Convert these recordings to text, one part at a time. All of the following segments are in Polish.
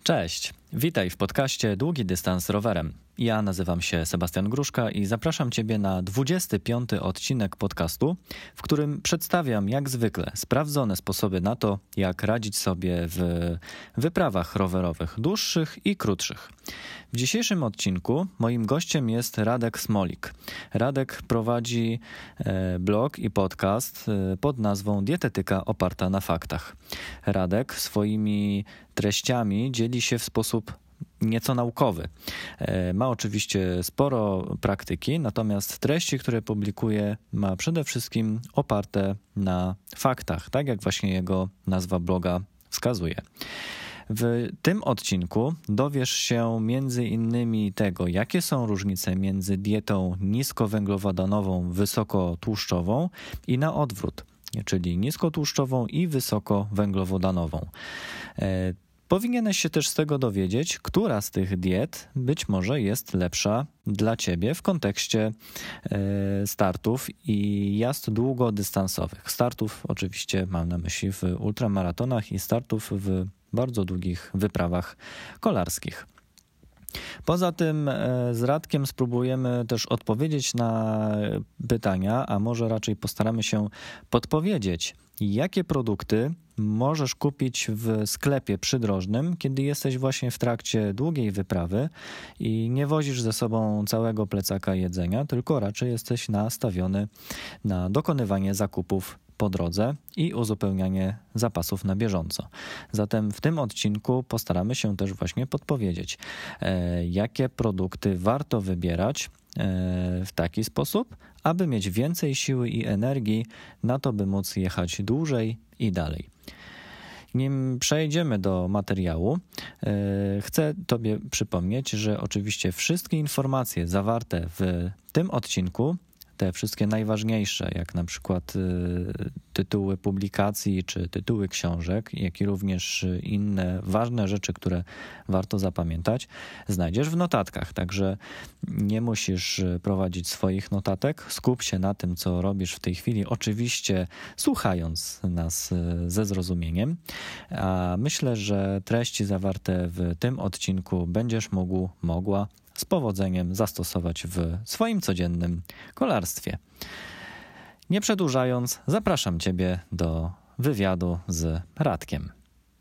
Cześć, witaj w podcaście Długi Dystans Rowerem. Ja nazywam się Sebastian Gruszka i zapraszam Ciebie na 25. odcinek podcastu, w którym przedstawiam jak zwykle sprawdzone sposoby na to, jak radzić sobie w wyprawach rowerowych dłuższych i krótszych. W dzisiejszym odcinku moim gościem jest Radek Smolik. Radek prowadzi blog i podcast pod nazwą Dietetyka oparta na faktach. Radek swoimi treściami dzieli się w sposób nieco naukowy. Ma oczywiście sporo praktyki, natomiast treści, które publikuje, ma przede wszystkim oparte na faktach, tak jak właśnie jego nazwa bloga wskazuje. W tym odcinku dowiesz się między innymi tego, jakie są różnice między dietą niskowęglowodanową, wysokotłuszczową i na odwrót, czyli niskotłuszczową i wysokowęglowodanową. Powinieneś się też z tego dowiedzieć, która z tych diet być może jest lepsza dla Ciebie w kontekście startów i jazd długodystansowych. Startów oczywiście mam na myśli w ultramaratonach i startów w bardzo długich wyprawach kolarskich. Poza tym z Radkiem spróbujemy też odpowiedzieć na pytania, a może raczej postaramy się podpowiedzieć, jakie produkty możesz kupić w sklepie przydrożnym, kiedy jesteś właśnie w trakcie długiej wyprawy i nie wozisz ze sobą całego plecaka jedzenia, tylko raczej jesteś nastawiony na dokonywanie zakupów po drodze i uzupełnianie zapasów na bieżąco. Zatem w tym odcinku postaramy się też właśnie podpowiedzieć, jakie produkty warto wybierać w taki sposób, aby mieć więcej siły i energii na to, by móc jechać dłużej i dalej. Nim przejdziemy do materiału, chcę Tobie przypomnieć, że oczywiście wszystkie informacje zawarte w tym odcinku, te wszystkie najważniejsze, jak na przykład tytuły publikacji czy tytuły książek, jak i również inne ważne rzeczy, które warto zapamiętać, znajdziesz w notatkach. Także nie musisz prowadzić swoich notatek. Skup się na tym, co robisz w tej chwili, oczywiście słuchając nas ze zrozumieniem. A myślę, że treści zawarte w tym odcinku będziesz mogła z powodzeniem zastosować w swoim codziennym kolarstwie. Nie przedłużając, zapraszam Ciebie do wywiadu z Radkiem.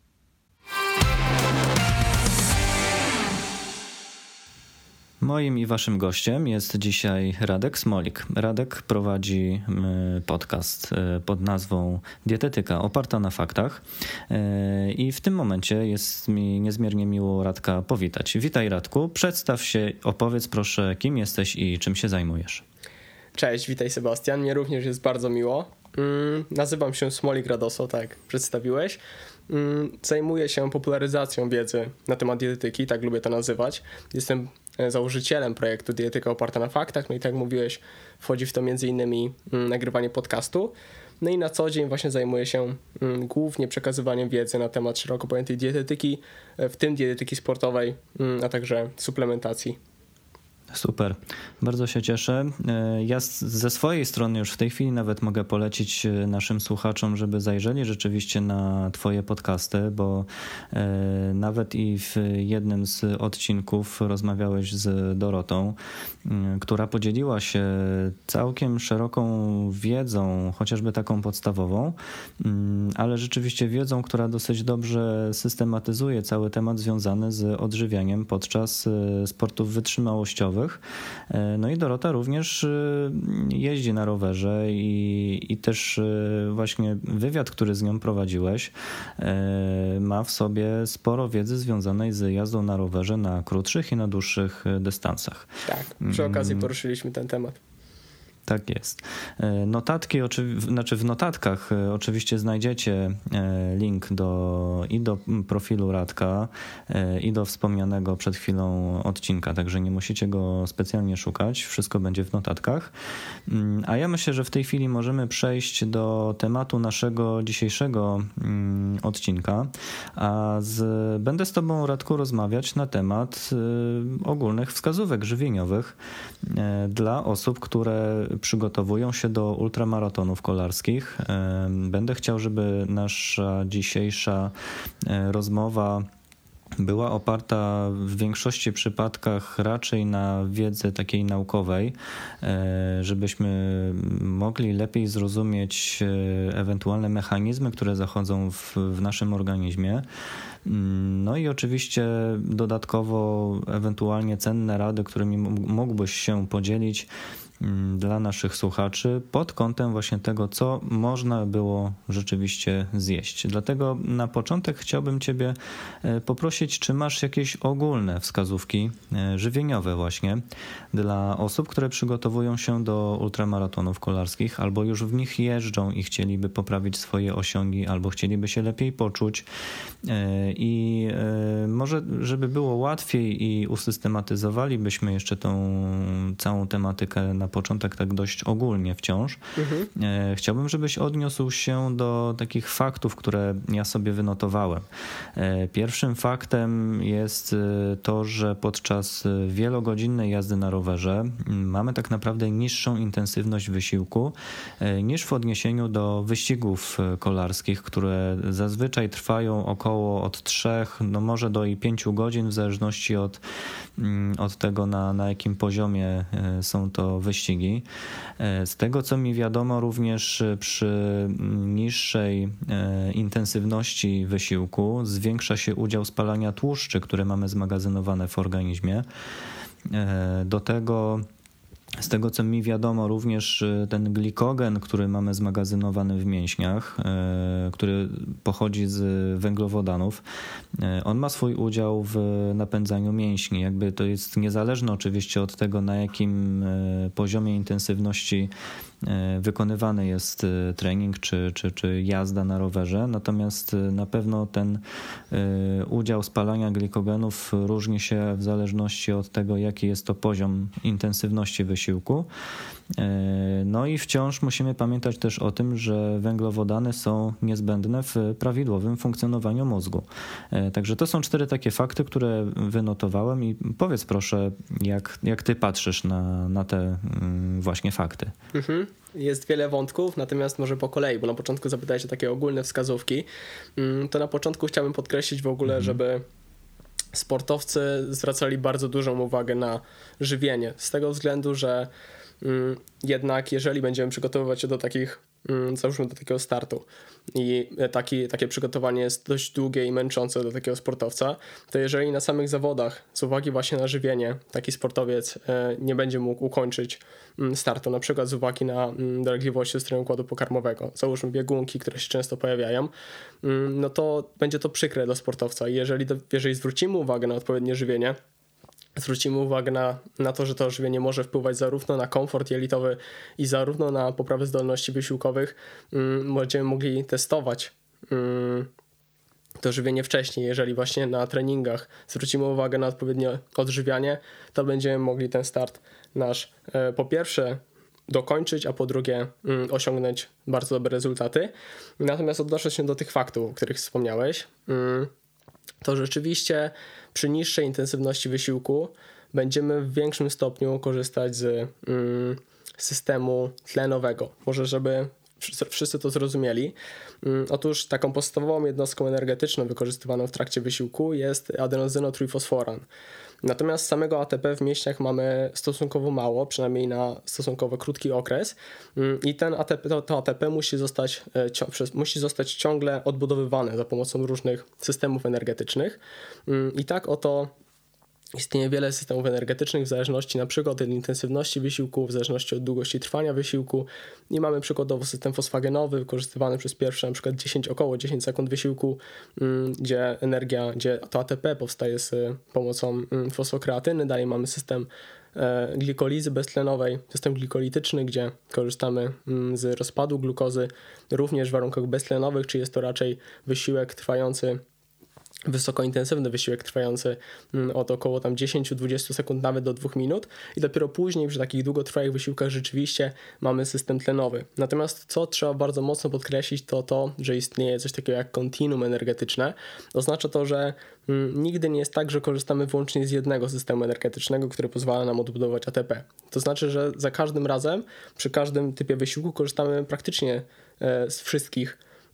Moim i Waszym gościem jest dzisiaj Radek Smolik. Radek prowadzi podcast pod nazwą Dietetyka oparta na faktach i w tym momencie jest mi niezmiernie miło Radka powitać. Witaj Radku, przedstaw się, opowiedz proszę, kim jesteś i czym się zajmujesz. Cześć, witaj Sebastian, mnie również jest bardzo miło. Nazywam się Smolik Radoso, tak przedstawiłeś. Zajmuję się popularyzacją wiedzy na temat dietetyki, tak lubię to nazywać. Jestem założycielem projektu Dietetyka oparta na faktach, no i tak jak mówiłeś, wchodzi w to m.in. nagrywanie podcastu. No i na co dzień właśnie zajmuję się głównie przekazywaniem wiedzy na temat szeroko pojętej dietetyki, w tym dietetyki sportowej, a także suplementacji. Super, bardzo się cieszę. Ja ze swojej strony już w tej chwili nawet mogę polecić naszym słuchaczom, żeby zajrzeli rzeczywiście na Twoje podcasty, bo nawet i w jednym z odcinków rozmawiałeś z Dorotą, która podzieliła się całkiem szeroką wiedzą, chociażby taką podstawową, ale rzeczywiście wiedzą, która dosyć dobrze systematyzuje cały temat związany z odżywianiem podczas sportów wytrzymałościowych. No i Dorota również jeździ na rowerze i też właśnie wywiad, który z nią prowadziłeś, ma w sobie sporo wiedzy związanej z jazdą na rowerze na krótszych i na dłuższych dystansach. Tak, przy okazji poruszyliśmy ten temat. Tak jest. Notatki, w notatkach oczywiście znajdziecie link do profilu Radka i do wspomnianego przed chwilą odcinka, także nie musicie go specjalnie szukać, wszystko będzie w notatkach. A ja myślę, że w tej chwili możemy przejść do tematu naszego dzisiejszego odcinka, będę z Tobą, Radku, rozmawiać na temat ogólnych wskazówek żywieniowych dla osób, które przygotowują się do ultramaratonów kolarskich. Będę chciał, żeby nasza dzisiejsza rozmowa była oparta w większości przypadkach raczej na wiedzy takiej naukowej, żebyśmy mogli lepiej zrozumieć ewentualne mechanizmy, które zachodzą w naszym organizmie. No i oczywiście dodatkowo ewentualnie cenne rady, którymi mógłbyś się podzielić dla naszych słuchaczy pod kątem właśnie tego, co można było rzeczywiście zjeść. Dlatego na początek chciałbym Ciebie poprosić, czy masz jakieś ogólne wskazówki żywieniowe właśnie dla osób, które przygotowują się do ultramaratonów kolarskich albo już w nich jeżdżą i chcieliby poprawić swoje osiągi albo chcieliby się lepiej poczuć i może żeby było łatwiej i usystematyzowalibyśmy jeszcze tą całą tematykę na początek tak dość ogólnie wciąż. Chciałbym, żebyś odniósł się do takich faktów, które ja sobie wynotowałem. Pierwszym faktem jest to, że podczas wielogodzinnej jazdy na rowerze mamy tak naprawdę niższą intensywność wysiłku niż w odniesieniu do wyścigów kolarskich, które zazwyczaj trwają około od 3, no może do i 5 godzin w zależności od tego, na jakim poziomie są to wyścigi. Z tego, co mi wiadomo, również przy niższej intensywności wysiłku zwiększa się udział spalania tłuszczy, które mamy zmagazynowane w organizmie. Do tego, z tego, co mi wiadomo, również ten glikogen, który mamy zmagazynowany w mięśniach, który pochodzi z węglowodanów, on ma swój udział w napędzaniu mięśni. Jakby to jest niezależne oczywiście od tego, na jakim poziomie intensywności wykonywany jest trening czy jazda na rowerze, natomiast na pewno ten udział spalania glikogenów różni się w zależności od tego, jaki jest to poziom intensywności wysiłku. No i wciąż musimy pamiętać też o tym, że węglowodany są niezbędne w prawidłowym funkcjonowaniu mózgu. Także to są 4 takie fakty, które wynotowałem i powiedz proszę, jak ty patrzysz na te właśnie fakty. Jest wiele wątków, natomiast może po kolei, bo na początku zapytałeś o takie ogólne wskazówki. To na początku chciałbym podkreślić w ogóle, żeby sportowcy zwracali bardzo dużą uwagę na żywienie. Z tego względu, że jednak jeżeli będziemy przygotowywać się do takich, załóżmy do takiego startu i takie przygotowanie jest dość długie i męczące dla takiego sportowca, to jeżeli na samych zawodach z uwagi właśnie na żywienie taki sportowiec nie będzie mógł ukończyć startu, na przykład z uwagi na dolegliwości ustroju układu pokarmowego, załóżmy biegunki, które się często pojawiają, no to będzie to przykre dla sportowca i jeżeli zwrócimy uwagę na odpowiednie żywienie, zwrócimy uwagę na to, że to żywienie może wpływać zarówno na komfort jelitowy i zarówno na poprawę zdolności wysiłkowych, będziemy mogli testować to żywienie wcześniej. Jeżeli właśnie na treningach zwrócimy uwagę na odpowiednie odżywianie, to będziemy mogli ten start nasz po pierwsze dokończyć, a po drugie osiągnąć bardzo dobre rezultaty. Natomiast odnosząc się do tych faktów, o których wspomniałeś, to rzeczywiście przy niższej intensywności wysiłku będziemy w większym stopniu korzystać z systemu tlenowego. Może żeby wszyscy to zrozumieli. Otóż taką podstawową jednostką energetyczną wykorzystywaną w trakcie wysiłku jest adenozynotrójfosforan. Natomiast samego ATP w mięśniach mamy stosunkowo mało, przynajmniej na stosunkowo krótki okres i ten ATP, to ATP musi zostać ciągle odbudowywane za pomocą różnych systemów energetycznych i tak oto istnieje wiele systemów energetycznych w zależności na przykład od intensywności wysiłku, w zależności od długości trwania wysiłku i mamy przykładowo system fosfagenowy wykorzystywany przez pierwsze na przykład około 10 sekund wysiłku, gdzie to ATP powstaje z pomocą fosfokreatyny. Dalej mamy system glikolizy beztlenowej, system glikolityczny, gdzie korzystamy z rozpadu glukozy również w warunkach beztlenowych, czy jest to raczej wysiłek trwający wysokointensywny wysiłek trwający od około 10-20 sekund, nawet do 2 minut i dopiero później przy takich długotrwałych wysiłkach rzeczywiście mamy system tlenowy. Natomiast co trzeba bardzo mocno podkreślić, to że istnieje coś takiego jak kontinuum energetyczne. Oznacza to, że nigdy nie jest tak, że korzystamy wyłącznie z jednego systemu energetycznego, który pozwala nam odbudować ATP. To znaczy, że za każdym razem, przy każdym typie wysiłku korzystamy praktycznie z wszystkich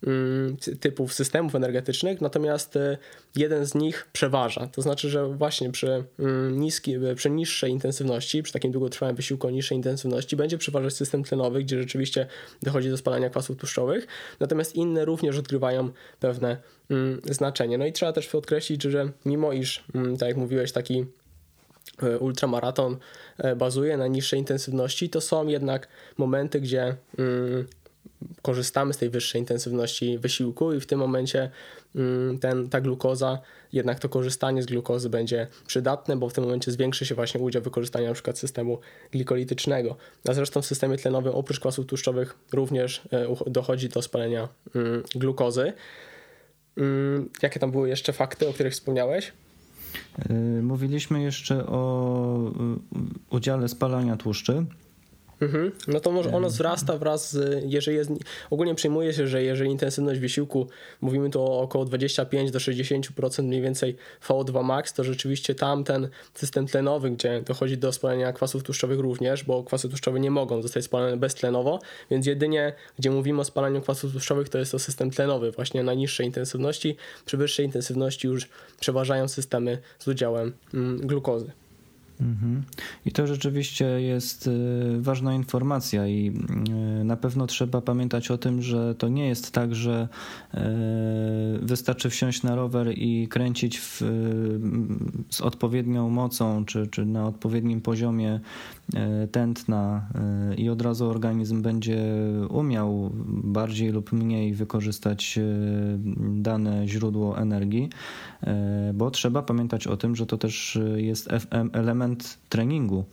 typów systemów energetycznych, natomiast jeden z nich przeważa. To znaczy, że właśnie przy niższej intensywności, przy takim długotrwałym wysiłku o niższej intensywności będzie przeważać system tlenowy, gdzie rzeczywiście dochodzi do spalania kwasów tłuszczowych, natomiast inne również odgrywają pewne znaczenie. No i trzeba też podkreślić, że mimo iż, tak jak mówiłeś, taki ultramaraton bazuje na niższej intensywności, to są jednak momenty, gdzie korzystamy z tej wyższej intensywności wysiłku i w tym momencie ta glukoza, jednak to korzystanie z glukozy będzie przydatne, bo w tym momencie zwiększy się właśnie udział wykorzystania na przykład systemu glikolitycznego. A zresztą w systemie tlenowym oprócz kwasów tłuszczowych również dochodzi do spalenia glukozy. Jakie tam były jeszcze fakty, o których wspomniałeś? Mówiliśmy jeszcze o udziale spalania tłuszczy. No to może ono wzrasta wraz z, ogólnie przyjmuje się, że jeżeli intensywność wysiłku, mówimy tu o około 25 do 60% mniej więcej VO2 max, to rzeczywiście tam ten system tlenowy, gdzie dochodzi do spalania kwasów tłuszczowych również, bo kwasy tłuszczowe nie mogą zostać spalane beztlenowo, więc jedynie gdzie mówimy o spalaniu kwasów tłuszczowych, to jest to system tlenowy właśnie na niższej intensywności. Przy wyższej intensywności już przeważają systemy z udziałem glukozy. I to rzeczywiście jest ważna informacja i na pewno trzeba pamiętać o tym, że to nie jest tak, że wystarczy wsiąść na rower i kręcić z odpowiednią mocą czy na odpowiednim poziomie tętna i od razu organizm będzie umiał bardziej lub mniej wykorzystać dane źródło energii, bo trzeba pamiętać o tym, że to też jest element treningu,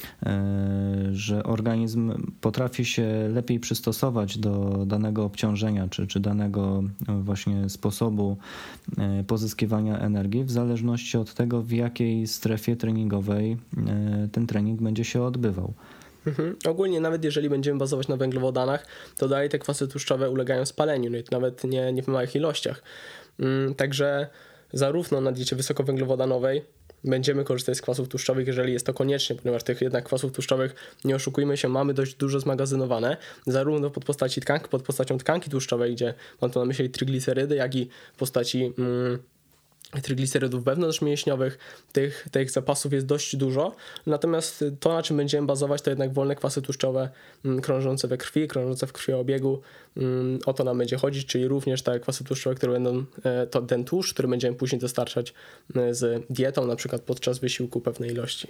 że organizm potrafi się lepiej przystosować do danego obciążenia czy danego właśnie sposobu pozyskiwania energii w zależności od tego, w jakiej strefie treningowej ten trening będzie się odbywał. Ogólnie nawet jeżeli będziemy bazować na węglowodanach, to dalej te kwasy tłuszczowe ulegają spaleniu, no i nawet nie w małych ilościach. Także zarówno na diecie wysokowęglowodanowej będziemy korzystać z kwasów tłuszczowych, jeżeli jest to konieczne, ponieważ tych jednak kwasów tłuszczowych, nie oszukujmy się, mamy dość dużo zmagazynowane, zarówno pod postacią tkanki tłuszczowej, gdzie mam tu na myśli triglicerydy, jak i w postaci triglicerydów wewnątrzmięśniowych. Tych zapasów jest dość dużo, natomiast to, na czym będziemy bazować, to jednak wolne kwasy tłuszczowe krążące we krwi, krążące w krwiobiegu. O to nam będzie chodzić, czyli również te kwasy tłuszczowe, które będą, to ten tłuszcz, który będziemy później dostarczać z dietą, na przykład podczas wysiłku pewnej ilości.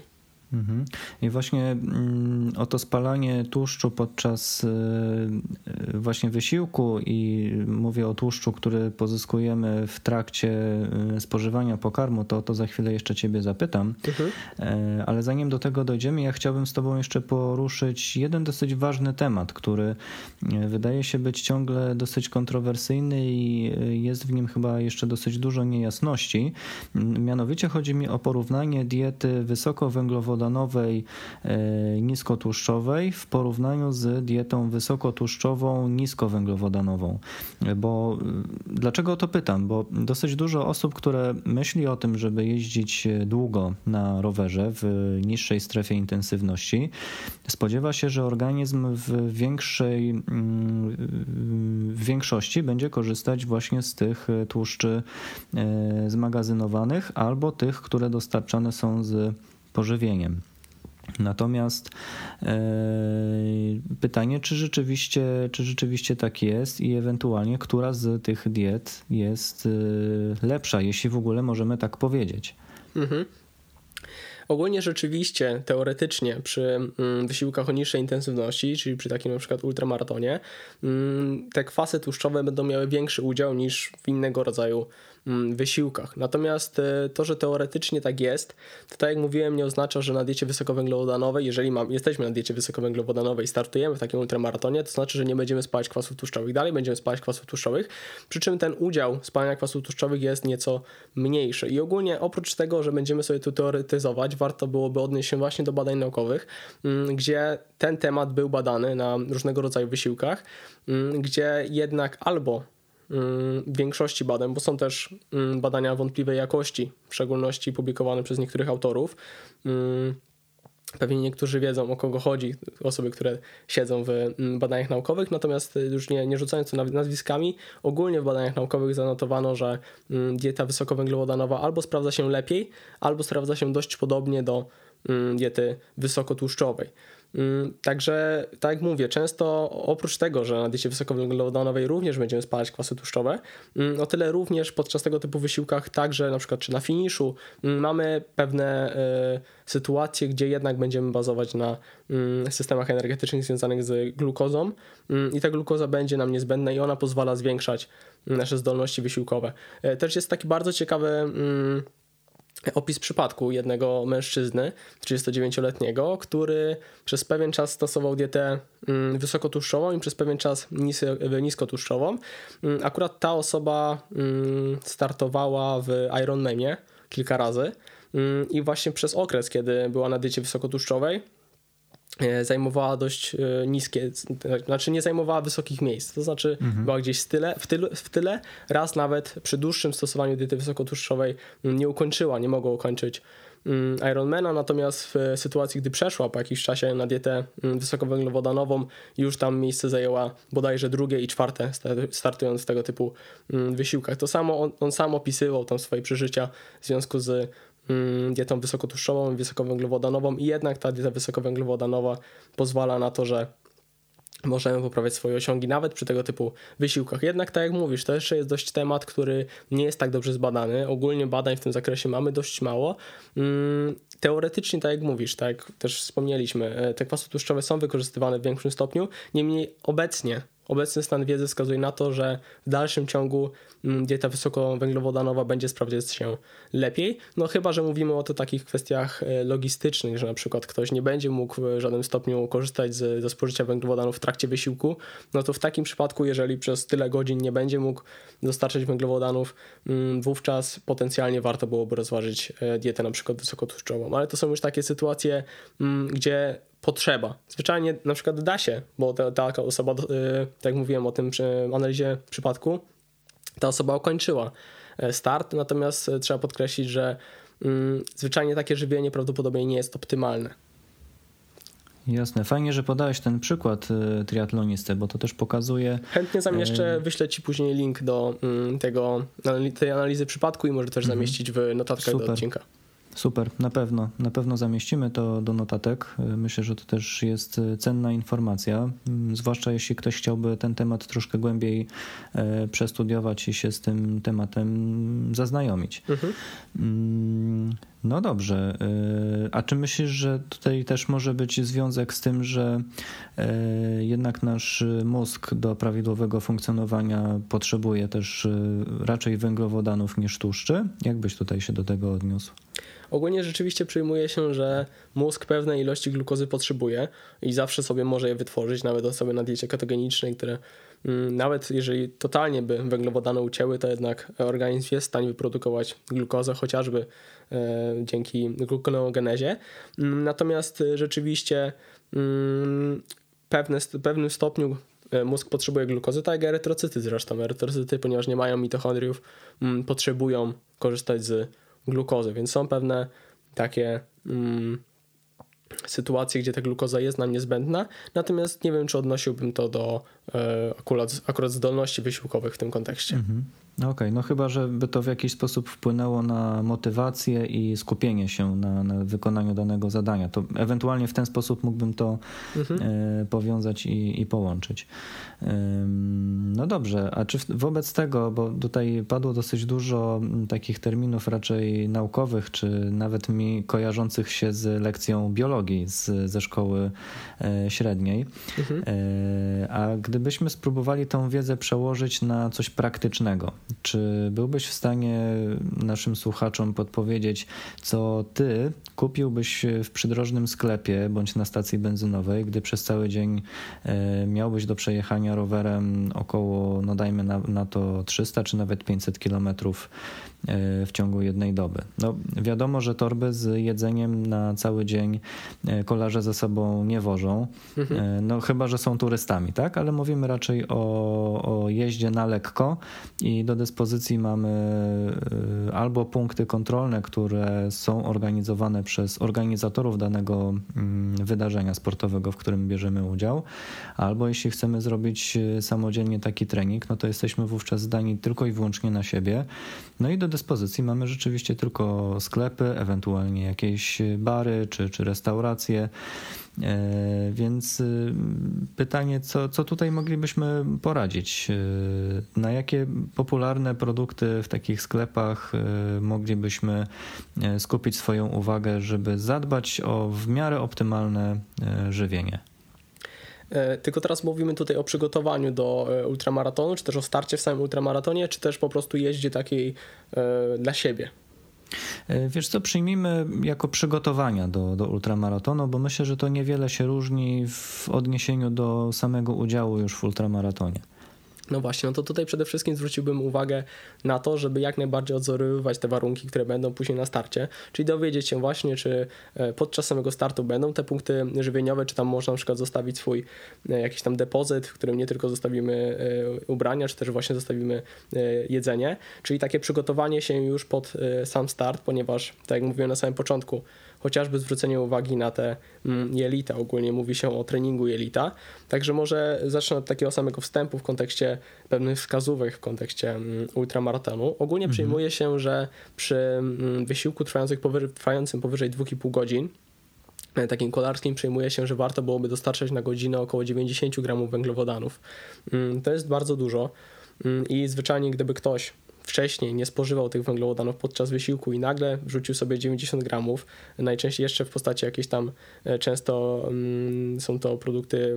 I właśnie o to spalanie tłuszczu podczas właśnie wysiłku i mówię o tłuszczu, który pozyskujemy w trakcie spożywania pokarmu, to za chwilę jeszcze ciebie zapytam. Ale zanim do tego dojdziemy, ja chciałbym z tobą jeszcze poruszyć jeden dosyć ważny temat, który wydaje się być ciągle dosyć kontrowersyjny i jest w nim chyba jeszcze dosyć dużo niejasności. Mianowicie chodzi mi o porównanie diety wysokowęglowodanowej niskotłuszczowej w porównaniu z dietą wysokotłuszczową niskowęglowodanową. Bo dlaczego o to pytam? Bo dosyć dużo osób, które myśli o tym, żeby jeździć długo na rowerze w niższej strefie intensywności, spodziewa się, że organizm w większości będzie korzystać właśnie z tych tłuszczy zmagazynowanych albo tych, które dostarczane są z pożywieniem. Natomiast pytanie, czy rzeczywiście tak jest i ewentualnie która z tych diet jest lepsza, jeśli w ogóle możemy tak powiedzieć. Ogólnie rzeczywiście, teoretycznie przy wysiłkach o niższej intensywności, czyli przy takim na przykład ultramaratonie, te kwasy tłuszczowe będą miały większy udział niż w innego rodzaju wysiłkach. Natomiast to, że teoretycznie tak jest, to tak jak mówiłem, nie oznacza, że na diecie wysokowęglowodanowej, jeżeli jesteśmy na diecie wysokowęglowodanowej i startujemy w takim ultramaratonie, to znaczy, że nie będziemy spalać kwasów tłuszczowych. Dalej będziemy spalać kwasów tłuszczowych, przy czym ten udział spalania kwasów tłuszczowych jest nieco mniejszy. I ogólnie oprócz tego, że będziemy sobie tu teoretyzować, warto byłoby odnieść się właśnie do badań naukowych, gdzie ten temat był badany na różnego rodzaju wysiłkach, gdzie jednak albo w większości badań, bo są też badania wątpliwej jakości, w szczególności publikowane przez niektórych autorów, Pewnie niektórzy wiedzą, o kogo chodzi, osoby, które siedzą w badaniach naukowych, natomiast już nie rzucając tu nazwiskami, ogólnie w badaniach naukowych zanotowano, że dieta wysokowęglowodanowa albo sprawdza się lepiej, albo sprawdza się dość podobnie do diety wysokotłuszczowej. Także, tak jak mówię, często oprócz tego, że na diecie wysokowęglowodanowej również będziemy spalać kwasy tłuszczowe, o tyle również podczas tego typu wysiłkach, także na przykład czy na finiszu, mamy pewne sytuacje, gdzie jednak będziemy bazować na systemach energetycznych związanych z glukozą i ta glukoza będzie nam niezbędna i ona pozwala zwiększać nasze zdolności wysiłkowe. Też jest taki bardzo ciekawy opis przypadku jednego mężczyzny, 39-letniego, który przez pewien czas stosował dietę wysokotłuszczową i przez pewien czas niskotłuszczową. Akurat ta osoba startowała w Ironmanie kilka razy i właśnie przez okres, kiedy była na diecie wysokotłuszczowej, zajmowała dość niskie, znaczy nie zajmowała wysokich miejsc, to znaczy była gdzieś w tyle, raz nawet przy dłuższym stosowaniu diety wysokotłuszczowej nie mogła ukończyć Ironmana, natomiast w sytuacji, gdy przeszła po jakimś czasie na dietę wysokowęglowodanową, już tam miejsce zajęła bodajże drugie i czwarte, startując w tego typu wysiłkach. To samo on sam opisywał tam swoje przeżycia w związku z dietą wysokotłuszczową i wysokowęglowodanową i jednak ta dieta wysokowęglowodanowa pozwala na to, że możemy poprawiać swoje osiągi nawet przy tego typu wysiłkach. Jednak tak jak mówisz, to jeszcze jest dość temat, który nie jest tak dobrze zbadany. Ogólnie badań w tym zakresie mamy dość mało. Teoretycznie, tak jak mówisz, tak jak też wspomnieliśmy, te kwasy tłuszczowe są wykorzystywane w większym stopniu. Niemniej obecny stan wiedzy wskazuje na to, że w dalszym ciągu dieta wysokowęglowodanowa będzie sprawdzać się lepiej. No chyba że mówimy o takich kwestiach logistycznych, że na przykład ktoś nie będzie mógł w żadnym stopniu korzystać ze spożycia węglowodanów w trakcie wysiłku, no to w takim przypadku, jeżeli przez tyle godzin nie będzie mógł dostarczać węglowodanów, wówczas potencjalnie warto byłoby rozważyć dietę na przykład wysokotłuszczową. Ale to są już takie sytuacje, gdzie potrzeba. Zwyczajnie na przykład da się, bo taka osoba, tak jak mówiłem o tym przy analizie przypadku, ta osoba ukończyła start, natomiast trzeba podkreślić, że zwyczajnie takie żywienie prawdopodobnie nie jest optymalne. Jasne. Fajnie, że podałeś ten przykład triatlonisty, bo to też pokazuje... Chętnie zamieszczę, wyślę Ci później link do tej analizy przypadku i może też zamieścić w notatkach do odcinka. Super, na pewno zamieścimy to do notatek. Myślę, że to też jest cenna informacja, zwłaszcza jeśli ktoś chciałby ten temat troszkę głębiej przestudiować i się z tym tematem zaznajomić. No dobrze, a czy myślisz, że tutaj też może być związek z tym, że jednak nasz mózg do prawidłowego funkcjonowania potrzebuje też raczej węglowodanów niż tłuszczy? Jak byś tutaj się do tego odniósł? Ogólnie rzeczywiście przyjmuje się, że mózg pewnej ilości glukozy potrzebuje i zawsze sobie może je wytworzyć, nawet osoby na diecie ketogenicznej, które nawet jeżeli totalnie by węglowodany ucięły, to jednak organizm jest w stanie wyprodukować glukozę, chociażby dzięki glukoneogenezie. Natomiast rzeczywiście w pewnym stopniu mózg potrzebuje glukozy, tak jak erytrocyty zresztą. Erytrocyty, ponieważ nie mają mitochondriów, potrzebują korzystać z glukozy, więc są pewne takie sytuacje, gdzie ta glukoza jest nam niezbędna, natomiast nie wiem, czy odnosiłbym to do akurat zdolności wysiłkowych w tym kontekście. Okej, no chyba, żeby to w jakiś sposób wpłynęło na motywację i skupienie się na wykonaniu danego zadania. To ewentualnie w ten sposób mógłbym to powiązać i połączyć. No dobrze, a czy wobec tego, bo tutaj padło dosyć dużo takich terminów raczej naukowych, czy nawet mi kojarzących się z lekcją biologii ze szkoły średniej, a gdybyśmy spróbowali tą wiedzę przełożyć na coś praktycznego, czy byłbyś w stanie naszym słuchaczom podpowiedzieć, co ty kupiłbyś w przydrożnym sklepie bądź na stacji benzynowej, gdy przez cały dzień miałbyś do przejechania rowerem około, no dajmy na to 300 czy nawet 500 kilometrów w ciągu jednej doby. No, wiadomo, że torby z jedzeniem na cały dzień kolarze ze sobą nie wożą, no chyba że są turystami, tak? Ale mówimy raczej o jeździe na lekko i do dyspozycji mamy albo punkty kontrolne, które są organizowane przez organizatorów danego wydarzenia sportowego, w którym bierzemy udział, albo jeśli chcemy zrobić samodzielnie taki trening, no to jesteśmy wówczas zdani tylko i wyłącznie na siebie. No i do dyspozycji mamy rzeczywiście tylko sklepy, ewentualnie jakieś bary czy restauracje. Więc pytanie, co tutaj moglibyśmy poradzić? Na jakie popularne produkty w takich sklepach moglibyśmy skupić swoją uwagę, żeby zadbać o w miarę optymalne żywienie? Tylko teraz mówimy tutaj o przygotowaniu do ultramaratonu, czy też o starcie w samym ultramaratonie, czy też po prostu jeździe takiej dla siebie? Wiesz co, przyjmijmy jako przygotowania do ultramaratonu, bo myślę, że to niewiele się różni w odniesieniu do samego udziału już w ultramaratonie. No właśnie, no to tutaj przede wszystkim zwróciłbym uwagę na to, żeby jak najbardziej odzorowywać te warunki, które będą później na starcie, czyli dowiedzieć się właśnie, czy podczas samego startu będą te punkty żywieniowe, czy tam można na przykład zostawić swój jakiś tam depozyt, w którym nie tylko zostawimy ubrania, czy też właśnie zostawimy jedzenie, czyli takie przygotowanie się już pod sam start, ponieważ tak jak mówiłem na samym początku, chociażby zwrócenie uwagi na te jelita, ogólnie mówi się o treningu jelita, także może zacznę od takiego samego wstępu w kontekście pewnych wskazówek w kontekście ultramaratonu. Ogólnie przyjmuje się, że przy wysiłku trwającym powyżej 2,5 godzin, takim kolarskim, przyjmuje się, że warto byłoby dostarczać na godzinę około 90 gramów węglowodanów. To jest bardzo dużo i zwyczajnie gdyby ktoś wcześniej nie spożywał tych węglowodanów podczas wysiłku i nagle wrzucił sobie 90 gramów, najczęściej jeszcze w postaci jakiejś tam, często są to produkty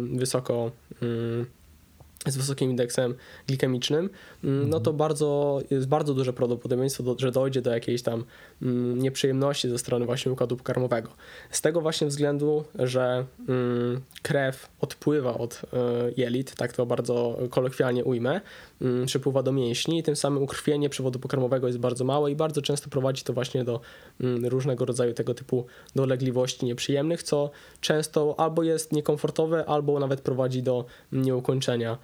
z wysokim indeksem glikemicznym, no to jest bardzo duże prawdopodobieństwo, że dojdzie do jakiejś tam nieprzyjemności ze strony właśnie układu pokarmowego. Z tego właśnie względu, że krew odpływa od jelit, tak to bardzo kolokwialnie ujmę, przypływa do mięśni i tym samym ukrwienie przewodu pokarmowego jest bardzo małe i bardzo często prowadzi to właśnie do różnego rodzaju tego typu dolegliwości nieprzyjemnych, co często albo jest niekomfortowe, albo nawet prowadzi do nieukończenia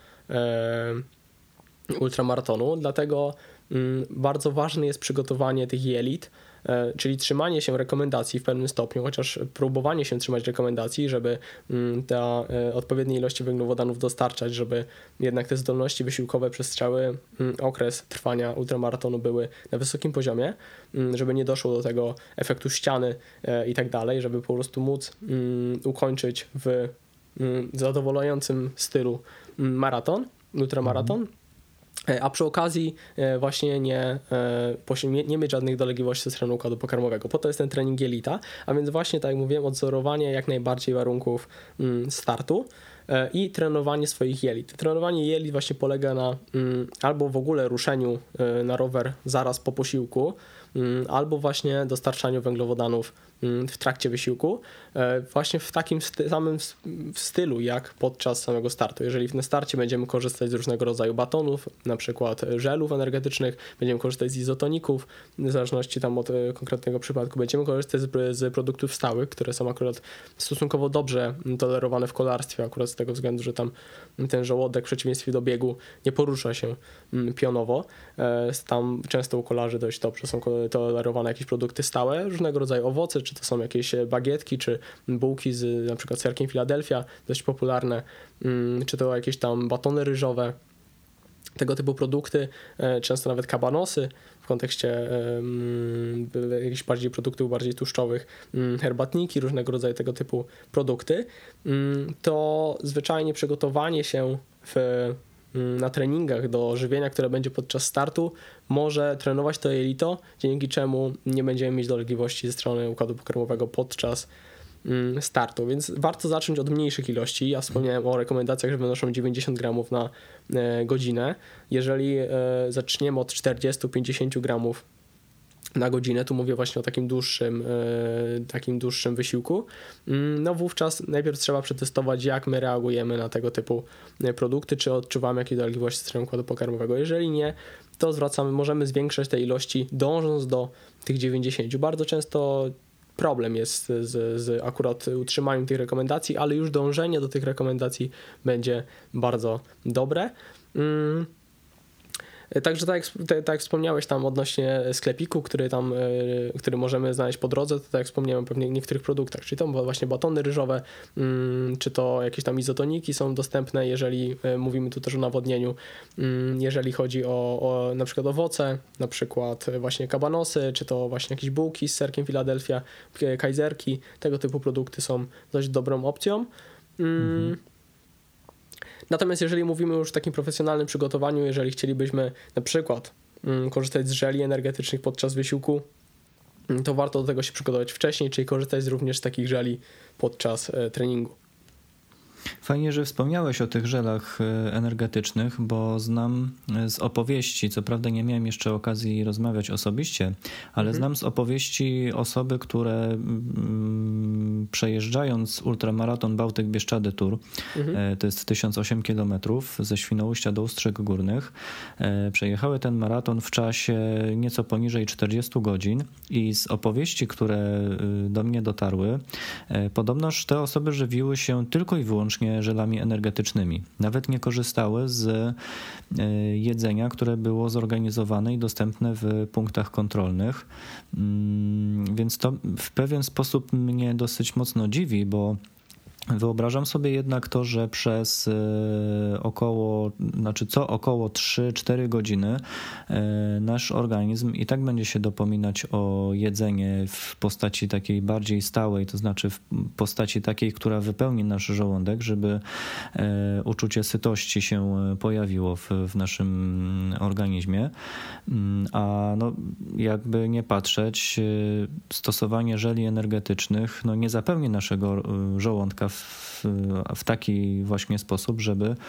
ultramaratonu. Dlatego bardzo ważne jest przygotowanie tych jelit, czyli trzymanie się rekomendacji w pewnym stopniu, chociaż próbowanie się trzymać rekomendacji, żeby te odpowiednie ilości węglowodanów dostarczać, żeby jednak te zdolności wysiłkowe przez cały okres trwania ultramaratonu były na wysokim poziomie, żeby nie doszło do tego efektu ściany i tak dalej, żeby po prostu móc ukończyć w zadowalającym stylu ultramaraton. A przy okazji właśnie nie mieć żadnych dolegliwości ze strony układu pokarmowego. Po to jest ten trening jelita, a więc właśnie tak jak mówiłem, odzorowanie jak najbardziej warunków startu i trenowanie swoich jelit. Trenowanie jelit właśnie polega na albo w ogóle ruszeniu na rower zaraz po posiłku, albo właśnie dostarczaniu węglowodanów w trakcie wysiłku, właśnie w takim samym stylu jak podczas samego startu. Jeżeli na starcie będziemy korzystać z różnego rodzaju batonów, na przykład żelów energetycznych, będziemy korzystać z izotoników, w zależności tam od konkretnego przypadku, będziemy korzystać z produktów stałych, które są akurat stosunkowo dobrze tolerowane w kolarstwie, akurat z tego względu, że tam ten żołądek w przeciwieństwie do biegu nie porusza się pionowo. Tam często u kolarzy dość dobrze są tolerowane jakieś produkty stałe, różnego rodzaju owoce, czy to są jakieś bagietki, czy bułki z na przykład serkiem Philadelphia, dość popularne, czy to jakieś tam batony ryżowe, tego typu produkty, często nawet kabanosy w kontekście jakichś bardziej produktów bardziej tłuszczowych, herbatniki, różnego rodzaju tego typu produkty, to zwyczajnie przygotowanie się na treningach do żywienia, które będzie podczas startu, może trenować to jelito, dzięki czemu nie będziemy mieć dolegliwości ze strony układu pokarmowego podczas startu, więc warto zacząć od mniejszych ilości. Ja wspomniałem o rekomendacjach, że wynoszą 90 gramów na godzinę. Jeżeli zaczniemy od 40-50 gramów na godzinę, tu mówię właśnie o takim dłuższym wysiłku, no wówczas najpierw trzeba przetestować, jak my reagujemy na tego typu produkty, czy odczuwamy jakieś dolegliwości ze strony układu pokarmowego. Jeżeli nie, to możemy zwiększać te ilości, dążąc do tych 90. Bardzo często problem jest z akurat utrzymaniem tych rekomendacji, ale już dążenie do tych rekomendacji będzie bardzo dobre. Także tak jak wspomniałeś tam odnośnie sklepiku, który możemy znaleźć po drodze, to tak jak wspomniałem o pewnie niektórych produktach, czyli to właśnie batony ryżowe, czy to jakieś tam izotoniki są dostępne, jeżeli mówimy tu też o nawodnieniu, jeżeli chodzi o na przykład owoce, na przykład właśnie kabanosy, czy to właśnie jakieś bułki z serkiem Philadelphia, kajzerki, tego typu produkty są dość dobrą opcją. Natomiast jeżeli mówimy już o takim profesjonalnym przygotowaniu, jeżeli chcielibyśmy na przykład korzystać z żeli energetycznych podczas wysiłku, to warto do tego się przygotować wcześniej, czyli korzystać również z takich żeli podczas treningu. Fajnie, że wspomniałeś o tych żelach energetycznych, bo znam z opowieści, co prawda nie miałem jeszcze okazji rozmawiać osobiście, ale znam z opowieści osoby, które przejeżdżając ultramaraton Bałtyk-Bieszczady Tour, to jest 1008 km ze Świnoujścia do Ustrzyk Górnych, przejechały ten maraton w czasie nieco poniżej 40 godzin i z opowieści, które do mnie dotarły, podobnoż te osoby żywiły się tylko i wyłącznie żelami energetycznymi. Nawet nie korzystały z jedzenia, które było zorganizowane i dostępne w punktach kontrolnych. Więc to w pewien sposób mnie dosyć mocno dziwi, bo wyobrażam sobie jednak to, że przez co około 3-4 godziny nasz organizm i tak będzie się dopominać o jedzenie w postaci takiej bardziej stałej, to znaczy w postaci takiej, która wypełni nasz żołądek, żeby uczucie sytości się pojawiło w naszym organizmie. A no, jakby nie patrzeć, stosowanie żeli energetycznych nie zapełni naszego żołądka w taki właśnie sposób,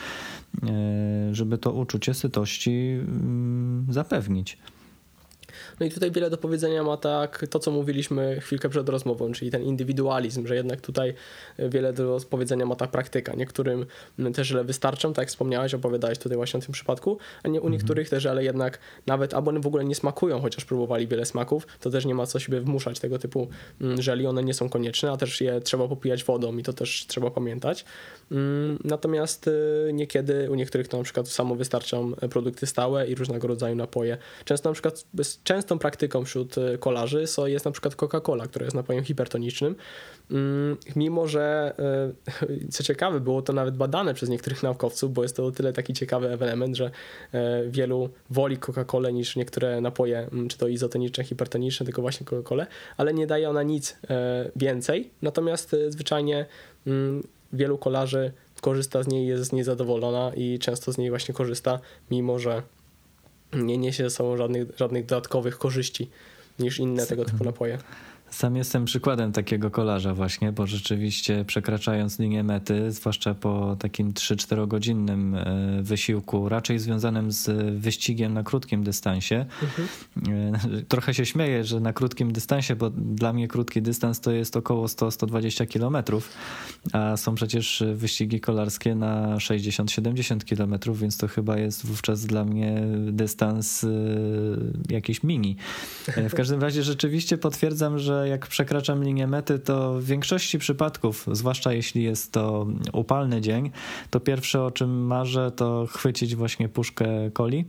żeby to uczucie sytości zapewnić. No i tutaj wiele do powiedzenia ma to, co mówiliśmy chwilkę przed rozmową, czyli ten indywidualizm, że jednak tutaj wiele do powiedzenia ma ta praktyka. Niektórym te żele wystarczą, tak jak wspomniałeś, opowiadałeś tutaj właśnie o tym przypadku, a nie u niektórych te żele jednak nawet albo one w ogóle nie smakują, chociaż próbowali wiele smaków, to też nie ma co siebie wmuszać tego typu żeli, one nie są konieczne, a też je trzeba popijać wodą i to też trzeba pamiętać. Natomiast niekiedy u niektórych to na przykład samo wystarczą produkty stałe i różnego rodzaju napoje. Często na przykład częstą praktyką wśród kolarzy jest na przykład Coca-Cola, która jest napojem hipertonicznym. Mimo że, co ciekawe, było to nawet badane przez niektórych naukowców, bo jest to o tyle taki ciekawy ewenement, że wielu woli Coca-Colę niż niektóre napoje, czy to izotoniczne, hipertoniczne, tylko właśnie Coca-Colę, ale nie daje ona nic więcej. Natomiast zwyczajnie wielu kolarzy korzysta z niej, jest z niej zadowolona i często z niej właśnie korzysta, mimo że nie niesie ze sobą żadnych dodatkowych korzyści niż inne tego typu napoje. Sam jestem przykładem takiego kolarza właśnie, bo rzeczywiście przekraczając linię mety, zwłaszcza po takim 3-4 godzinnym wysiłku, raczej związanym z wyścigiem na krótkim dystansie. Trochę się śmieję, że na krótkim dystansie, bo dla mnie krótki dystans to jest około 100-120 kilometrów, a są przecież wyścigi kolarskie na 60-70 kilometrów, więc to chyba jest wówczas dla mnie dystans jakiś mini. W każdym razie rzeczywiście potwierdzam, że jak przekraczam linię mety, to w większości przypadków, zwłaszcza jeśli jest to upalny dzień, to pierwsze o czym marzę, to chwycić właśnie puszkę coli.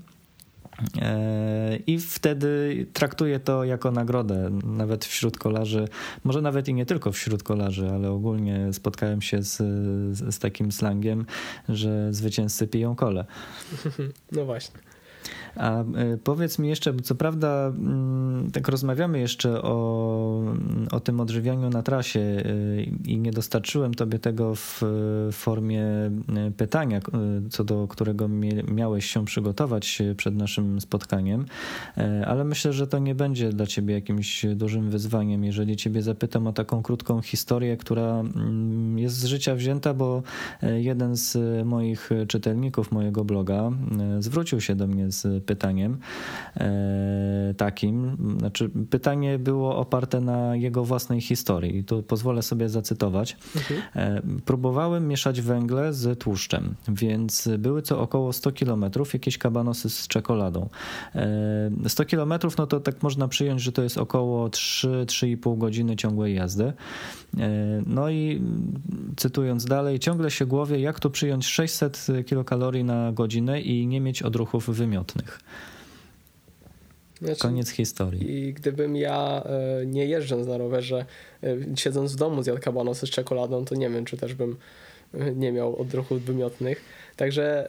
I wtedy traktuję to jako nagrodę, nawet wśród kolarzy, może nawet i nie tylko wśród kolarzy, ale ogólnie spotkałem się z takim slangiem, że zwycięzcy piją kolę. No właśnie. A powiedz mi jeszcze, co prawda tak rozmawiamy jeszcze o tym odżywianiu na trasie i nie dostarczyłem tobie tego w formie pytania, co do którego miałeś się przygotować przed naszym spotkaniem, ale myślę, że to nie będzie dla ciebie jakimś dużym wyzwaniem, jeżeli ciebie zapytam o taką krótką historię, która jest z życia wzięta, bo jeden z moich czytelników mojego bloga zwrócił się do mnie z pytaniem takim. Znaczy, pytanie było oparte na jego własnej historii i tu pozwolę sobie zacytować. Próbowałem mieszać węgle z tłuszczem, więc były to około 100 km jakieś kabanosy z czekoladą. 100 km, no to tak można przyjąć, że to jest około 3-3,5 godziny ciągłej jazdy. No i cytując dalej, ciągle się głowię, jak tu przyjąć 600 kilokalorii na godzinę i nie mieć odruchów wymiotnych. Koniec historii. I gdybym ja nie jeżdżąc na rowerze, siedząc w domu zjadł kabanosy z czekoladą, to nie wiem, czy też bym nie miał odruchów wymiotnych. Także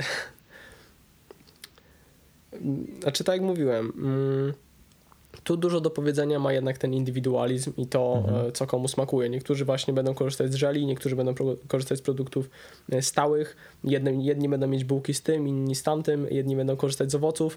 znaczy tak jak mówiłem, tu dużo do powiedzenia ma jednak ten indywidualizm i to, co komu smakuje. Niektórzy właśnie będą korzystać z żeli, niektórzy będą korzystać z produktów stałych. Jedni będą mieć bułki z tym, inni z tamtym, jedni będą korzystać z owoców.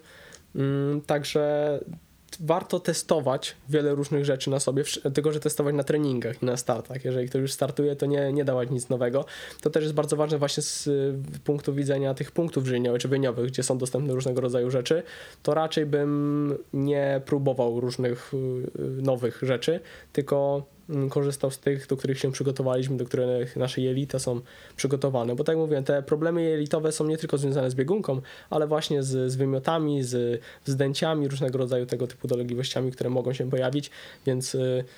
Także warto testować wiele różnych rzeczy na sobie, tylko że testować na treningach i na startach. Jeżeli ktoś już startuje, to nie dawać nic nowego. To też jest bardzo ważne właśnie z punktu widzenia tych punktów żywieniowych, gdzie są dostępne różnego rodzaju rzeczy, to raczej bym nie próbował różnych nowych rzeczy, tylko korzystał z tych, do których się przygotowaliśmy, do których nasze jelita są przygotowane. Bo tak jak mówiłem, te problemy jelitowe są nie tylko związane z biegunką, ale właśnie z wymiotami, z wzdęciami, różnego rodzaju tego typu dolegliwościami, które mogą się pojawić, więc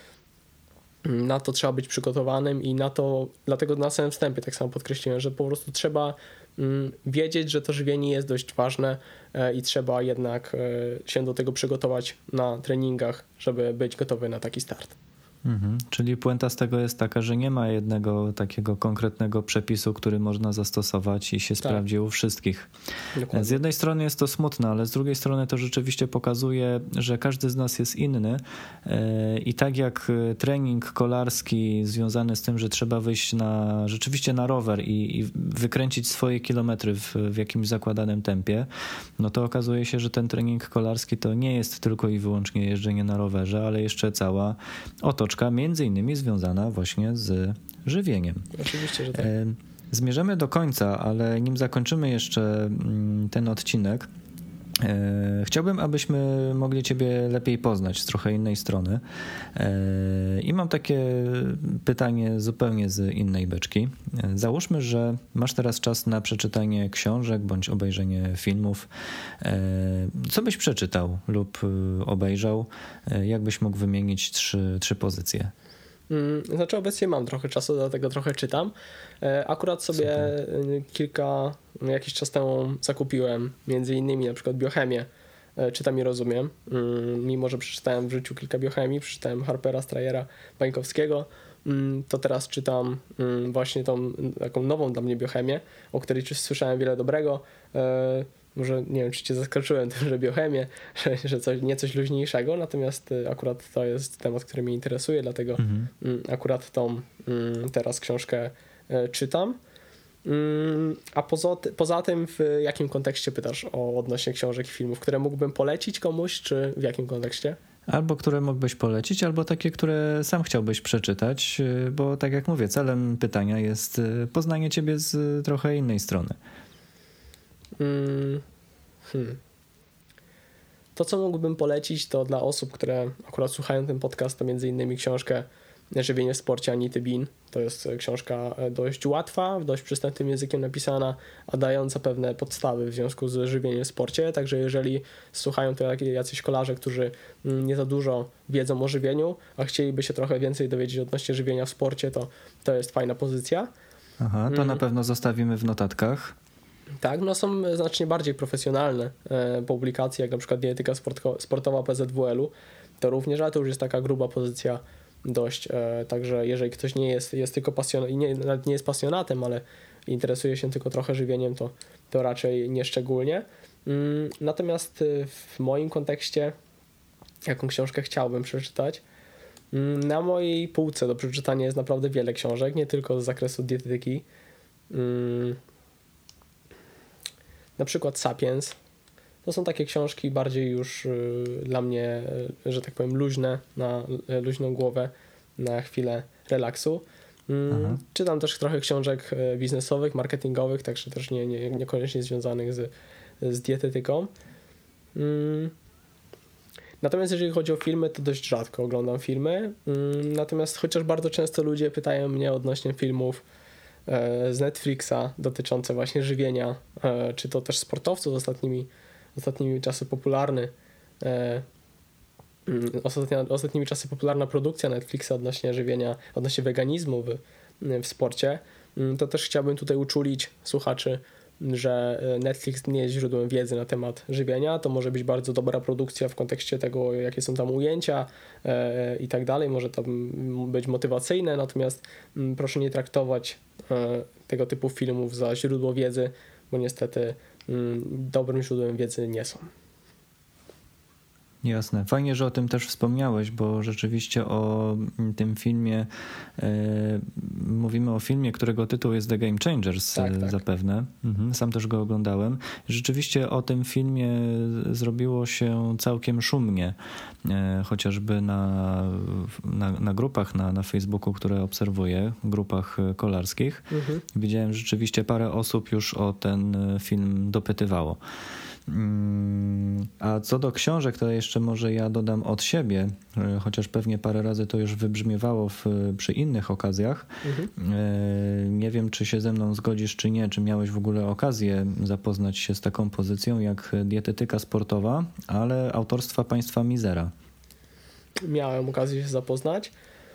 na to trzeba być przygotowanym i dlatego na samym wstępie tak samo podkreśliłem, że po prostu trzeba wiedzieć, że to żywienie jest dość ważne i trzeba jednak się do tego przygotować na treningach, żeby być gotowy na taki start. Czyli puenta z tego jest taka, że nie ma jednego takiego konkretnego przepisu, który można zastosować i się sprawdzi u wszystkich. Dokładnie. Z jednej strony jest to smutne, ale z drugiej strony to rzeczywiście pokazuje, że każdy z nas jest inny i tak jak trening kolarski związany z tym, że trzeba wyjść rzeczywiście na rower i wykręcić swoje kilometry w jakimś zakładanym tempie, no to okazuje się, że ten trening kolarski to nie jest tylko i wyłącznie jeżdżenie na rowerze, ale jeszcze cała otoczka, między innymi związana właśnie z żywieniem. Oczywiście, że tak. Zmierzamy do końca, ale nim zakończymy jeszcze ten odcinek, chciałbym, abyśmy mogli Ciebie lepiej poznać z trochę innej strony. I mam takie pytanie zupełnie z innej beczki. Załóżmy, że masz teraz czas na przeczytanie książek bądź obejrzenie filmów. Co byś przeczytał lub obejrzał? Jak byś mógł wymienić trzy pozycje? Znaczy obecnie mam trochę czasu, dlatego trochę czytam. Akurat sobie jakiś czas temu zakupiłem między innymi na przykład biochemię. Czytam i rozumiem. Mimo że przeczytałem w życiu kilka biochemii, przeczytałem Harpera, Strayera, Bańkowskiego, to teraz czytam właśnie tą taką nową dla mnie biochemię, o której słyszałem wiele dobrego. Może nie wiem, czy cię zaskoczyłem tym, że biochemię, że coś luźniejszego, natomiast akurat to jest temat, który mnie interesuje, dlatego akurat tą teraz książkę czytam. A poza tym w jakim kontekście pytasz odnośnie książek i filmów, które mógłbym polecić komuś, czy w jakim kontekście? Albo które mógłbyś polecić, albo takie, które sam chciałbyś przeczytać, bo tak jak mówię, celem pytania jest poznanie ciebie z trochę innej strony. To, co mógłbym polecić, to dla osób, które akurat słuchają ten podcast, to między innymi książkę Żywienie w sporcie Anity Bean. To jest książka dość łatwa, dość przystępnym językiem napisana, a dająca pewne podstawy w związku z żywieniem w sporcie. Także jeżeli słuchają to jacyś kolarze, którzy nie za dużo wiedzą o żywieniu, a chcieliby się trochę więcej dowiedzieć odnośnie żywienia w sporcie, to jest fajna pozycja. Aha, to na pewno zostawimy w notatkach. Tak, no są znacznie bardziej profesjonalne publikacje, jak na przykład Dietetyka Sportowa PZWL-u, to również, ale to już jest taka gruba pozycja dość, także jeżeli ktoś nie jest tylko nie jest pasjonatem, ale interesuje się tylko trochę żywieniem, to raczej nie szczególnie. Natomiast w moim kontekście, jaką książkę chciałbym przeczytać, na mojej półce do przeczytania jest naprawdę wiele książek, nie tylko z zakresu dietetyki. Na przykład Sapiens. To są takie książki bardziej już dla mnie, że tak powiem, luźne, na luźną głowę, na chwilę relaksu. Czytam też trochę książek biznesowych, marketingowych, także też niekoniecznie związanych z dietetyką. Natomiast jeżeli chodzi o filmy, to dość rzadko oglądam filmy. Natomiast chociaż bardzo często ludzie pytają mnie odnośnie filmów z Netflixa dotyczące właśnie żywienia, czy to też sportowców ostatnimi czasy popularny. Ostatnimi czasy popularna produkcja Netflixa odnośnie żywienia, odnośnie weganizmu w sporcie, to też chciałbym tutaj uczulić słuchaczy, że Netflix nie jest źródłem wiedzy na temat żywienia. To może być bardzo dobra produkcja w kontekście tego, jakie są tam ujęcia i tak dalej. Może to być motywacyjne, natomiast proszę nie traktować tego typu filmów za źródło wiedzy, bo niestety dobrym źródłem wiedzy nie są. Jasne. Fajnie, że o tym też wspomniałeś, bo rzeczywiście o tym filmie mówimy o filmie, którego tytuł jest The Game Changers, tak. Zapewne. Sam też go oglądałem. Rzeczywiście o tym filmie zrobiło się całkiem szumnie, chociażby na grupach na Facebooku, które obserwuję, grupach kolarskich. Widziałem, że rzeczywiście parę osób już o ten film dopytywało. A co do książek, to jeszcze może ja dodam od siebie, chociaż pewnie parę razy to już wybrzmiewało przy innych okazjach. Nie wiem, czy się ze mną zgodzisz, czy nie, czy miałeś w ogóle okazję zapoznać się z taką pozycją jak dietetyka sportowa, ale autorstwa państwa Mizera. Miałem okazję się zapoznać.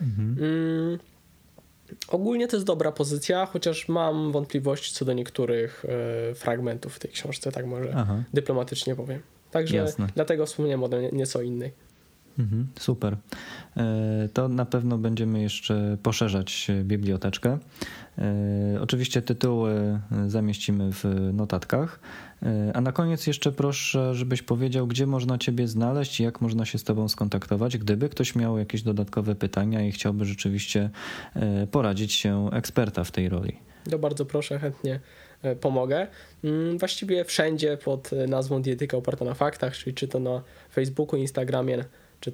Ogólnie to jest dobra pozycja, chociaż mam wątpliwości co do niektórych fragmentów w tej książce, tak może dyplomatycznie powiem. Także Jasne. Dlatego wspomniałem o nieco innej. Super. To na pewno będziemy jeszcze poszerzać biblioteczkę. Oczywiście tytuły zamieścimy w notatkach. A na koniec jeszcze proszę, żebyś powiedział, gdzie można Ciebie znaleźć i jak można się z Tobą skontaktować, gdyby ktoś miał jakieś dodatkowe pytania i chciałby rzeczywiście poradzić się eksperta w tej roli. To bardzo proszę, chętnie pomogę. Właściwie wszędzie pod nazwą Dietetyka oparta na faktach, czyli czy to na Facebooku, Instagramie,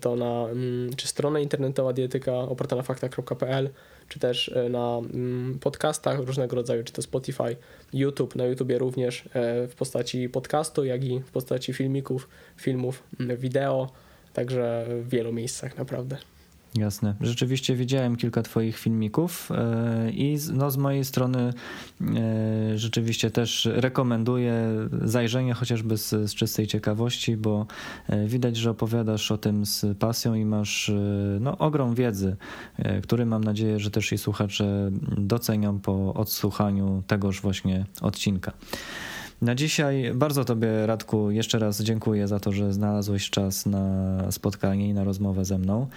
czy strona internetowa dietetyka oparta na faktach.pl, czy też na podcastach różnego rodzaju, czy to Spotify, YouTube, na YouTubie również w postaci podcastu, jak i w postaci filmów, wideo, także w wielu miejscach naprawdę. Jasne. Rzeczywiście widziałem kilka Twoich filmików i z mojej strony rzeczywiście też rekomenduję zajrzenie chociażby z czystej ciekawości, bo widać, że opowiadasz o tym z pasją i masz ogrom wiedzy, który mam nadzieję, że też i słuchacze docenią po odsłuchaniu tegoż właśnie odcinka. Na dzisiaj bardzo Tobie, Radku, jeszcze raz dziękuję za to, że znalazłeś czas na spotkanie i na rozmowę ze mną.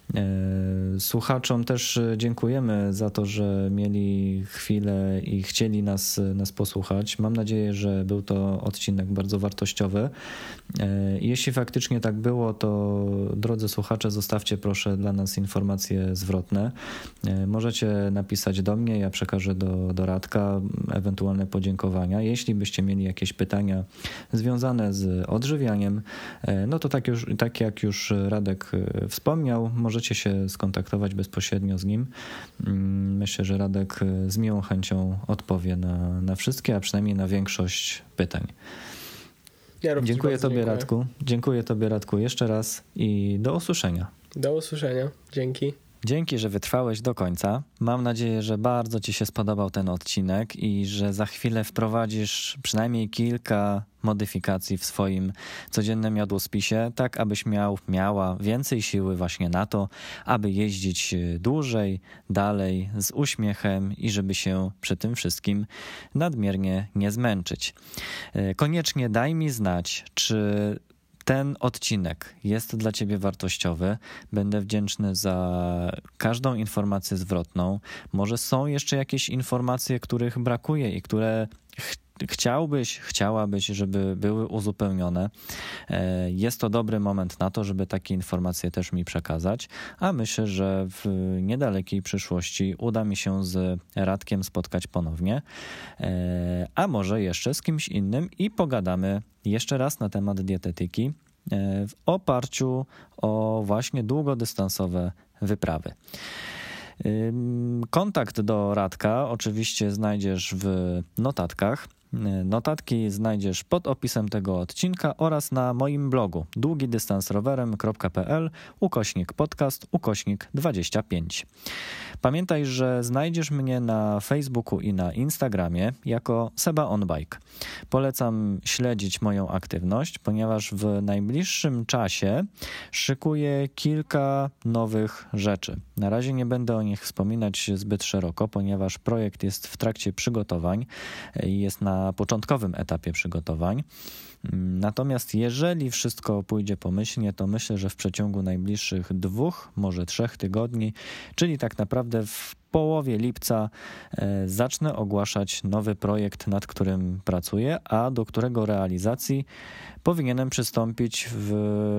Słuchaczom też dziękujemy za to, że mieli chwilę i chcieli nas posłuchać. Mam nadzieję, że był to odcinek bardzo wartościowy. Jeśli faktycznie tak było, to drodzy słuchacze, zostawcie proszę dla nas informacje zwrotne. Możecie napisać do mnie, ja przekażę do Radka ewentualne podziękowania. Jeśli byście mieli jakieś pytania związane z odżywianiem, no to tak jak już Radek wspomniał, możecie się skontaktować bezpośrednio z nim. Myślę, że Radek z miłą chęcią odpowie na wszystkie, a przynajmniej na większość pytań. Dziękuję Tobie, Radku. Dziękuję Tobie, Radku, jeszcze raz i do usłyszenia. Do usłyszenia. Dzięki. Dzięki, że wytrwałeś do końca. Mam nadzieję, że bardzo Ci się spodobał ten odcinek i że za chwilę wprowadzisz przynajmniej kilka modyfikacji w swoim codziennym jadłospisie, tak abyś miała więcej siły właśnie na to, aby jeździć dłużej, dalej, z uśmiechem i żeby się przy tym wszystkim nadmiernie nie zmęczyć. Koniecznie daj mi znać, czy ten odcinek jest dla Ciebie wartościowy. Będę wdzięczny za każdą informację zwrotną. Może są jeszcze jakieś informacje, których brakuje i które chciałabyś, żeby były uzupełnione. Jest to dobry moment na to, żeby takie informacje też mi przekazać, a myślę, że w niedalekiej przyszłości uda mi się z Radkiem spotkać ponownie, a może jeszcze z kimś innym i pogadamy jeszcze raz na temat dietetyki w oparciu o właśnie długodystansowe wyprawy. Kontakt do Radka oczywiście znajdziesz w notatkach. Notatki znajdziesz pod opisem tego odcinka oraz na moim blogu długidystansrowerem.pl/podcast/25. Pamiętaj, że znajdziesz mnie na Facebooku i na Instagramie jako Seba on Bike. Polecam śledzić moją aktywność, ponieważ w najbliższym czasie szykuję kilka nowych rzeczy. Na razie nie będę o nich wspominać zbyt szeroko, ponieważ projekt jest w trakcie przygotowań i jest na początkowym etapie przygotowań. Natomiast jeżeli wszystko pójdzie pomyślnie, to myślę, że w przeciągu najbliższych 2, może 3 tygodni, czyli tak naprawdę w połowie lipca zacznę ogłaszać nowy projekt, nad którym pracuję, a do którego realizacji powinienem przystąpić w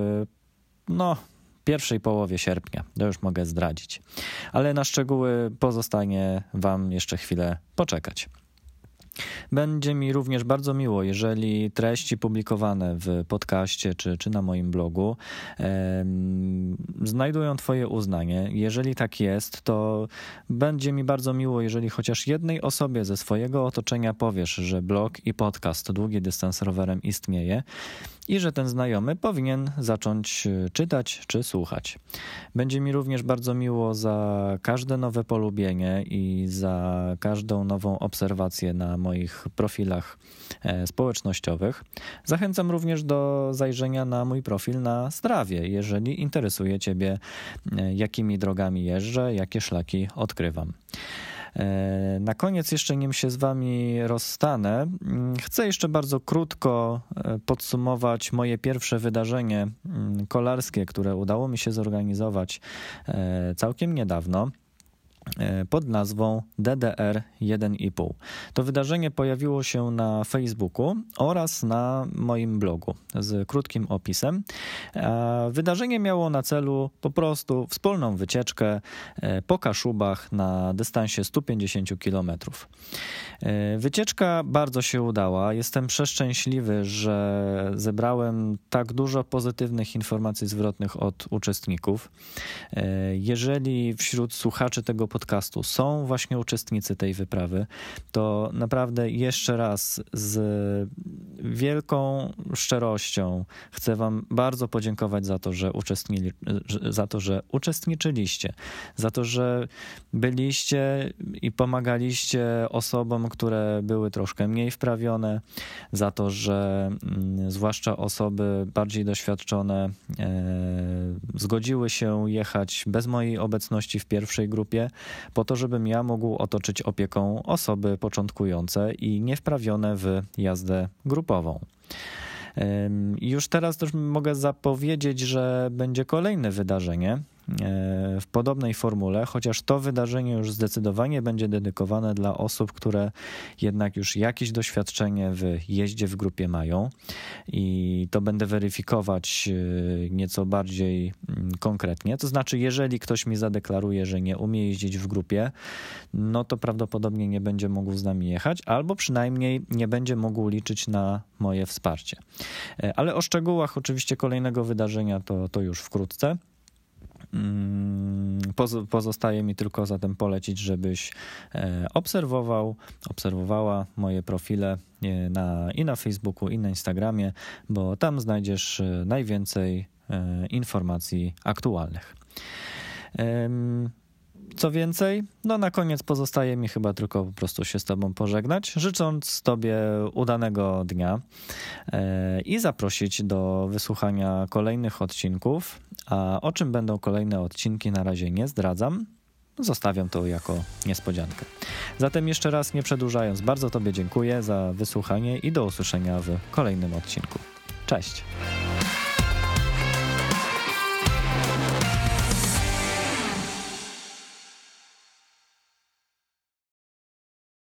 pierwszej połowie sierpnia. To już mogę zdradzić. Ale na szczegóły pozostanie Wam jeszcze chwilę poczekać. Będzie mi również bardzo miło, jeżeli treści publikowane w podcaście czy na moim blogu znajdują Twoje uznanie. Jeżeli tak jest, to będzie mi bardzo miło, jeżeli chociaż jednej osobie ze swojego otoczenia powiesz, że blog i podcast Długi Dystans Rowerem istnieje i że ten znajomy powinien zacząć czytać czy słuchać. Będzie mi również bardzo miło za każde nowe polubienie i za każdą nową obserwację na moich profilach społecznościowych. Zachęcam również do zajrzenia na mój profil na Strawie, jeżeli interesuje Ciebie, jakimi drogami jeżdżę, jakie szlaki odkrywam. Na koniec, jeszcze nim się z Wami rozstanę, chcę jeszcze bardzo krótko podsumować moje pierwsze wydarzenie kolarskie, które udało mi się zorganizować całkiem niedawno, pod nazwą DDR 1,5. To wydarzenie pojawiło się na Facebooku oraz na moim blogu z krótkim opisem. Wydarzenie miało na celu po prostu wspólną wycieczkę po Kaszubach na dystansie 150 km. Wycieczka bardzo się udała. Jestem przeszczęśliwy, że zebrałem tak dużo pozytywnych informacji zwrotnych od uczestników. Jeżeli wśród słuchaczy tego podcastu są właśnie uczestnicy tej wyprawy, to naprawdę jeszcze raz z wielką szczerością chcę Wam bardzo podziękować za to, że uczestniczyliście, za to, że byliście i pomagaliście osobom, które były troszkę mniej wprawione, za to, że zwłaszcza osoby bardziej doświadczone zgodziły się jechać bez mojej obecności w pierwszej grupie, po to, żebym ja mógł otoczyć opieką osoby początkujące i niewprawione w jazdę grupową. Już teraz też mogę zapowiedzieć, że będzie kolejne wydarzenie w podobnej formule, chociaż to wydarzenie już zdecydowanie będzie dedykowane dla osób, które jednak już jakieś doświadczenie w jeździe w grupie mają i to będę weryfikować nieco bardziej konkretnie. To znaczy, jeżeli ktoś mi zadeklaruje, że nie umie jeździć w grupie, no to prawdopodobnie nie będzie mógł z nami jechać, albo przynajmniej nie będzie mógł liczyć na moje wsparcie. Ale o szczegółach oczywiście kolejnego wydarzenia to już wkrótce. Pozostaje mi tylko zatem polecić, żebyś obserwowała moje profile i na Facebooku, i na Instagramie, bo tam znajdziesz najwięcej informacji aktualnych. Co więcej, na koniec pozostaje mi chyba tylko po prostu się z Tobą pożegnać, życząc Tobie udanego dnia i zaprosić do wysłuchania kolejnych odcinków, a o czym będą kolejne odcinki na razie nie zdradzam, zostawiam to jako niespodziankę. Zatem jeszcze raz, nie przedłużając, bardzo Tobie dziękuję za wysłuchanie i do usłyszenia w kolejnym odcinku. Cześć!